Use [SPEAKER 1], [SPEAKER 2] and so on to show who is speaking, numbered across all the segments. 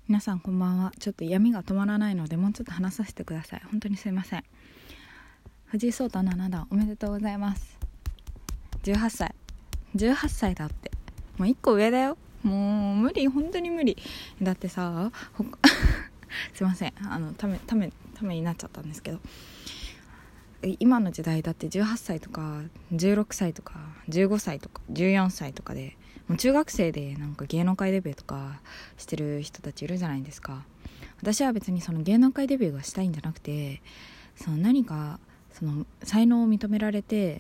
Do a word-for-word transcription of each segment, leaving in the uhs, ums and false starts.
[SPEAKER 1] 皆さんこんばんは。ちょっと闇が止まらないのでもうちょっと話させてください。本当にすいません。藤井聡太七段おめでとうございます。じゅうはっさいじゅうはっさいだって。もういっこ上だよ。もう無理、本当に無理だってさほすいません、あのためためためになっちゃったんですけど、今の時代だってじゅうはっさいとかじゅうろくさいとかじゅうごさいとかじゅうよんさいとかでもう中学生でなんか芸能界デビューとかしてる人たちいるじゃないですか。私は別にその芸能界デビューがしたいんじゃなくて、その何かその才能を認められて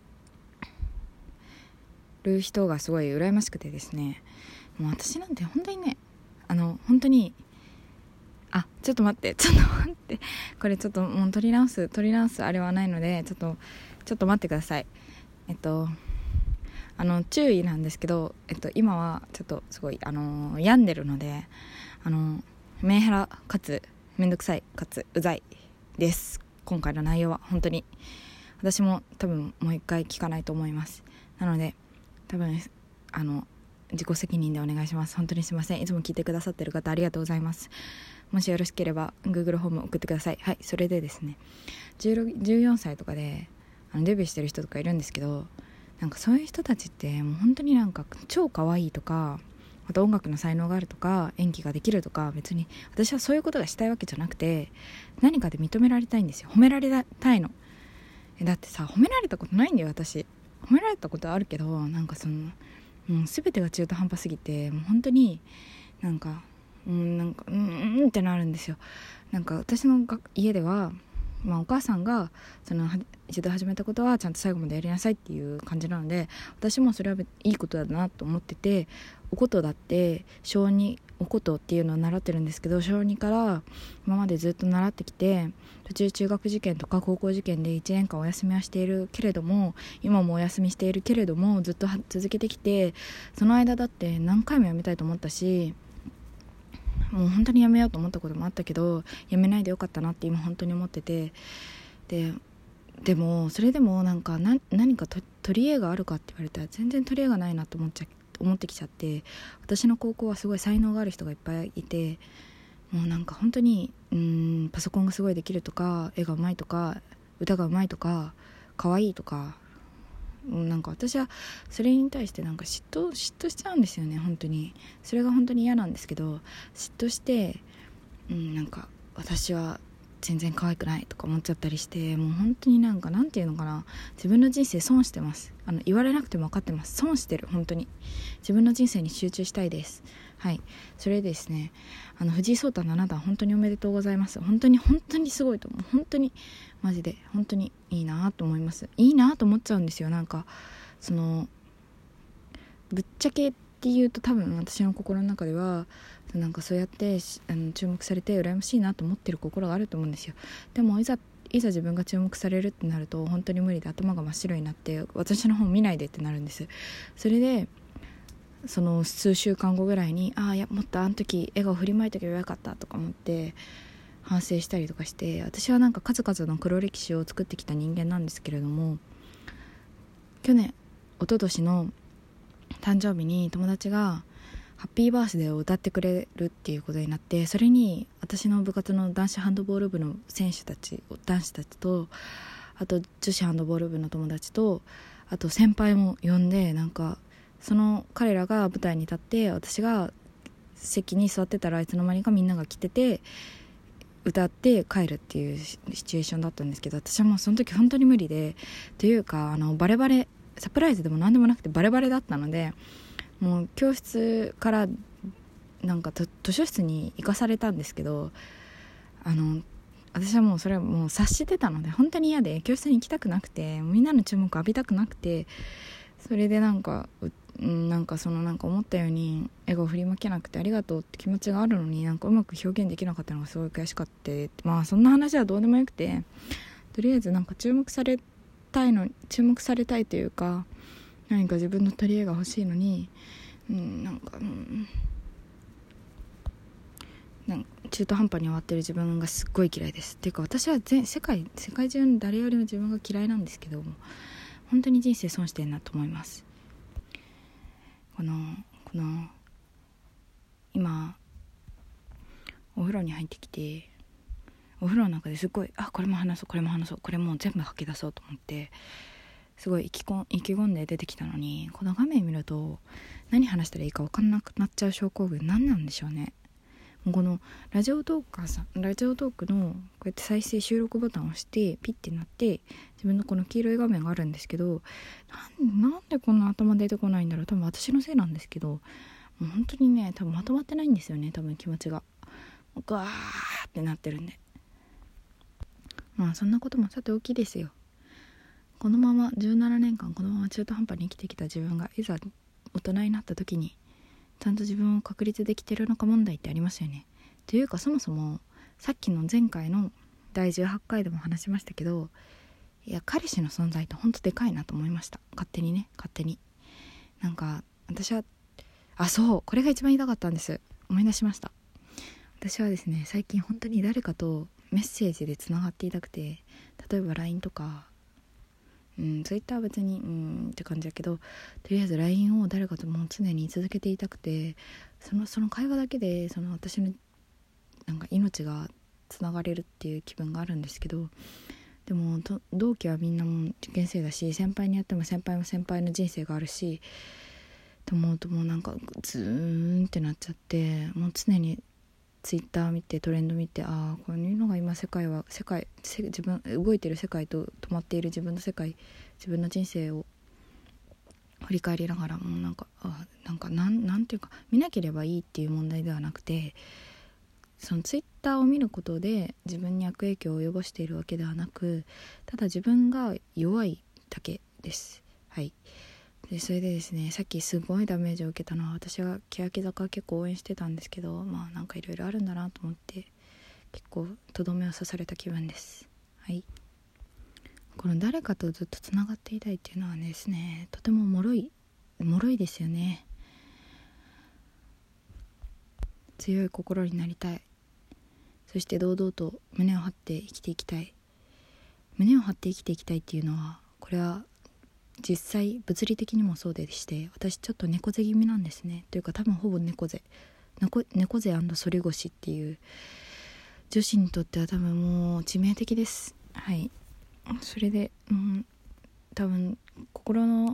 [SPEAKER 1] る人がすごい羨ましくてですね。もう私なんて本当にね、あの本当にあちょっと待ってちょっと待ってこれちょっともう取り直す取り直すあれはないのでちょっとちょっと待ってください。えっとあの注意なんですけど、えっと今はちょっとすごいあの病んでるので、あのメンヘラかつめんどくさいかつうざいです。今回の内容は本当に私も多分もう一回聞かないと思います。なので多分あの自己責任でお願いします。本当にすいません。いつも聞いてくださってる方ありがとうございます。もしよろしければ Google ホーム送ってください。はい、それでですね、じゅうろく、じゅうよんさいとかであのデビューしてる人とかいるんですけど、なんかそういう人たちってもう本当になんか超可愛いとか、あと音楽の才能があるとか演技ができるとか、別に私はそういうことがしたいわけじゃなくて、何かで認められたいんですよ。褒められたいの。だってさ、褒められたことないんだよ私。褒められたことはあるけど、なんかそのもう全てが中途半端すぎて、もう本当になんかうんなんかうんうんってなるんですよ。なんか私の家では、まあ、お母さんがその一度始めたことはちゃんと最後までやりなさいっていう感じなので、私もそれはいいことだなと思ってて、おことだって小におことっていうのを習ってるんですけど、小にから今までずっと習ってきて、途中中学受験とか高校受験でいちねんかんお休みはしているけれども、今もお休みしているけれどもずっと続けてきて、その間だって何回もやめたいと思ったし、もう本当にやめようと思ったこともあったけど、やめないでよかったなって今本当に思ってて、ででもそれでもなんかな何かと取り柄があるかって言われたら全然取り柄がないなと思っちゃ思ってきちゃって、私の高校はすごい才能がある人がいっぱいいて、もうなんか本当にうーんパソコンがすごいできるとか、絵がうまいとか、歌がうまいとか、可愛いとか、なんか私はそれに対してなんか嫉妬嫉妬しちゃうんですよね。本当にそれが本当に嫌なんですけど、嫉妬して、うん、なんか私は全然可愛くないとか思っちゃったりして、もう本当になんかなんていうのかな、自分の人生損してます。あの言われなくても分かってます。損してる。本当に自分の人生に集中したいです。はい、それでですね、あの藤井聡太七段本当におめでとうございます。本当に本当にすごいと思う。本当にマジで本当にいいなと思います。いいなと思っちゃうんですよ。なんかそのぶっちゃけっていうと、多分私の心の中ではなんかそうやってあの注目されて羨ましいなと思ってる心があると思うんですよ。でもいざいざ自分が注目されるってなると本当に無理で、頭が真っ白になって私の本見ないでってなるんです。それでその数週間後ぐらいに、ああいやもっとあの時笑顔振りまいとけばよかったとか思って反省したりとかして、私はなんか数々の黒歴史を作ってきた人間なんですけれども、去年一昨年の誕生日に友達がハッピーバースデーを歌ってくれるっていうことになって、それに私の部活の男子ハンドボール部の選手たち男子たちと、あと女子ハンドボール部の友達と、あと先輩も呼んで、なんかその彼らが舞台に立って、私が席に座ってたらいつの間にかみんなが来てて歌って帰るっていうシチュエーションだったんですけど、私はもうその時本当に無理で、というかあのバレバレサプライズでも何でもなくてバレバレだったので、もう教室からなんか図書室に行かされたんですけど、あの私はもうそれはもう察してたので本当に嫌で、教室に行きたくなくて、みんなの注目浴びたくなくて、それでなんかなんかそのなんか思ったように笑顔振りまけなくてありがとうって気持ちがあるのに、なんかうまく表現できなかったのがすごい悔しかった。まあそんな話はどうでもよくて、とりあえずなんか注目されたいの注目されたいというか、何か自分の取り柄が欲しいのに、うん、なんか、うん、なんか中途半端に終わってる自分がすっごい嫌いです。っていうか私は全世界世界中の誰よりも自分が嫌いなんですけど、本当に人生損してるなと思います。このこの今お風呂に入ってきて、お風呂の中ですごい、あこれも話そうこれも話そうこれもう全部吐き出そうと思ってすごい意気こん意気込んで出てきたのに、この画面見ると何話したらいいか分かんなくなっちゃう症候群、何なんでしょうね。もうこのラジオトーカーさんラジオトークのこうやって再生収録ボタンを押してピッてなって自分のこの黄色い画面があるんですけど、なんなんでこんな頭出てこないんだろう。多分私のせいなんですけど、もう本当にね多分まとまってないんですよね、多分気持ちがガーってなってるんで。まあそんなこともさておきですよ。このままじゅうななねんかんこのまま中途半端に生きてきた自分がいざ大人になった時にちゃんと自分を確立できてるのか問題ってありますよね。というかそもそもさっきの前回のだいじゅうはちかいでも話しましたけど、いや彼氏の存在ってほんとでかいなと思いました。勝手にね勝手になんか私はあそうこれが一番言いたかったんです。思い出しました。私はですね最近本当に誰かとメッセージでつながっていたくて、例えば ライン とかうん、Twitter は別にうんって感じだけど、とりあえず ライン を誰かともう常に続けていたくて、そのその会話だけでその私のなんか命がつながれるっていう気分があるんですけど、でもと同期はみんなもう受験生だし、先輩にやっても先輩も先輩の人生があるしと思うともうなんかズーンってなっちゃって、もう常にツイッター見てトレンド見て、ああこういうのが今世界は世界自分動いてる世界と止まっている自分の世界、自分の人生を振り返りながら、もうなんかあなんかなんなんていうか見なければいいっていう問題ではなくて、そのツイッターを見ることで自分に悪影響を及ぼしているわけではなく、ただ自分が弱いだけです。はい。でそれでですね、さっきすごいダメージを受けたのは、私が欅坂結構応援してたんですけど、まあなんかいろいろあるんだなと思って結構とどめを刺された気分です。はい。この誰かとずっとつながっていたいっていうのはですね、とても脆い脆いですよね。強い心になりたい。そして堂々と胸を張って生きていきたい。胸を張って生きていきたいっていうのは、これは実際物理的にもそうでして、私ちょっと猫背気味なんですね。というか多分ほぼ猫背猫背反り腰っていう、女子にとっては多分もう致命的です。はい。それで、うん、多分心の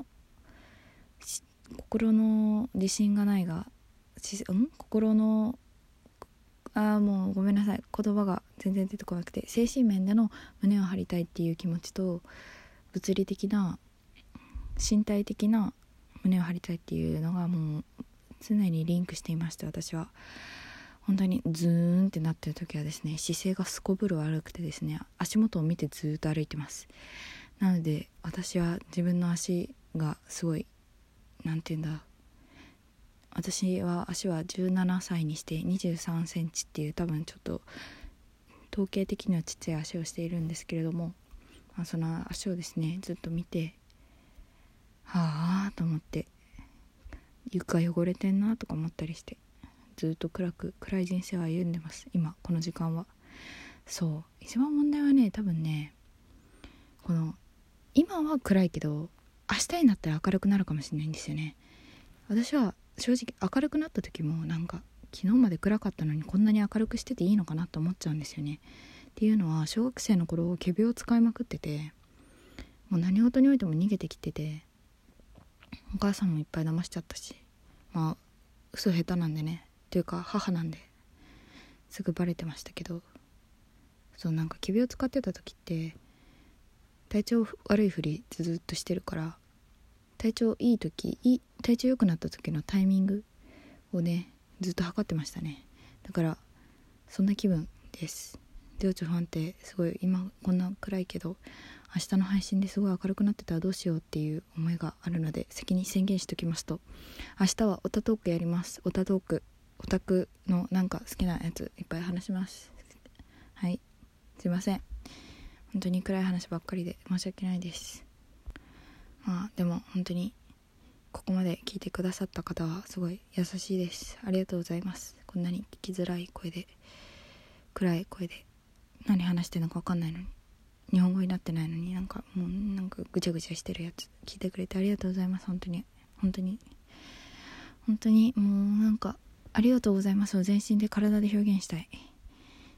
[SPEAKER 1] 心の自信がないが、うん、心のあもうごめんなさい、言葉が全然出てこなくて、精神面での胸を張りたいっていう気持ちと物理的な身体的な胸を張りたいっていうのがもう常にリンクしていまして、私は本当にズーンってなってる時はですね、姿勢がすこぶる悪くてですね、足元を見てずーっと歩いてます。なので私は自分の足がすごいなんていうんだ、私は足はじゅうななさいにしてにじゅうさんセンチっていう、多分ちょっと統計的にはちっちゃい足をしているんですけれども、まあ、その足をですねずっと見て、はぁと思って、床汚れてんなとか思ったりして、ずっと暗く暗い人生を歩んでます、今この時間は。そう一番問題はね、多分ね、この今は暗いけど明日になったら明るくなるかもしれないんですよね。私は正直明るくなった時もなんか昨日まで暗かったのにこんなに明るくしてていいのかなと思っちゃうんですよね。っていうのは小学生の頃仮病を使いまくってて、もう何事においても逃げてきてて、お母さんもいっぱい騙しちゃったし、まあ嘘下手なんでね、っていうか母なんですぐバレてましたけど、そうなんか仮病を使ってた時って体調悪いふりずっとしてるから、体調いい時いい体調良くなった時のタイミングをねずっと測ってましたね。だからそんな気分です。情緒不安定、すごい今こんな暗いけど明日の配信ですごい明るくなってたらどうしようっていう思いがあるので、先に宣言しておきますと、明日はオタトークやります。オタトーク、オタクのなんか好きなやついっぱい話します。はい、すいません、本当に暗い話ばっかりで申し訳ないです。まあでも本当にここまで聞いてくださった方はすごい優しいです。ありがとうございます。こんなに聞きづらい声で、暗い声で何話してるのか分かんないのに、日本語になってないのになんかもうなんかぐちゃぐちゃしてるやつ聞いてくれてありがとうございます。本当に本当に本当にもうなんかありがとうございますを全身で体で表現したい。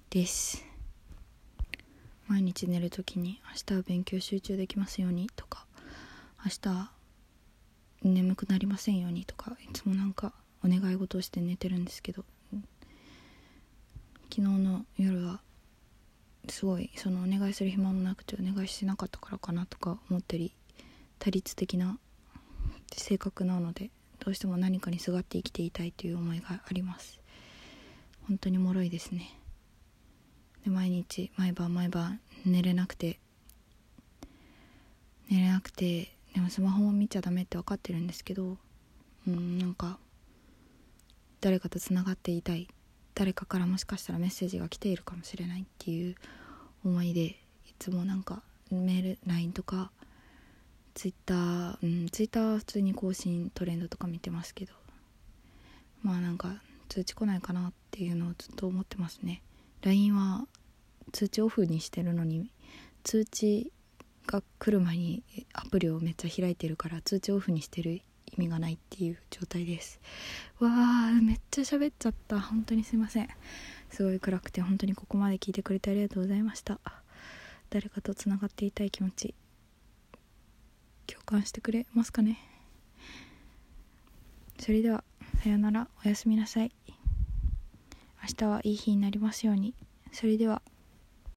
[SPEAKER 1] です。毎日寝るときに明日は勉強集中できますようにとか、明日眠くなりませんようにとか、いつもなんかお願い事をして寝てるんですけど、昨日の夜はすごいそのお願いする暇もなくてお願いしてなかったからかなとか思ったり、他律的な性格なのでどうしても何かにすがって生きていたいという思いがあります。本当に脆いですね。で毎日毎晩毎晩寝れなくて寝れなくてでもスマホも見ちゃダメって分かってるんですけど、うんなんか誰かとつながっていたい、誰かからもしかしたらメッセージが来ているかもしれないっていう思いで、いつもなんかメール ライン とかツイッター、うん、ツイッターは普通に更新トレンドとか見てますけど、まあなんか通知来ないかなっていうのをずっと思ってますね。 ライン は通知オフにしてるのに通知が来る前にアプリをめっちゃ開いてるから通知オフにしてる意味がないっていう状態です。わーめっちゃ喋っちゃった。本当にすいません。すごい暗くて本当にここまで聞いてくれてありがとうございました。誰かとつながっていたい気持ち共感してくれますかね。それではさよなら、おやすみなさい。明日はいい日になりますように。それでは。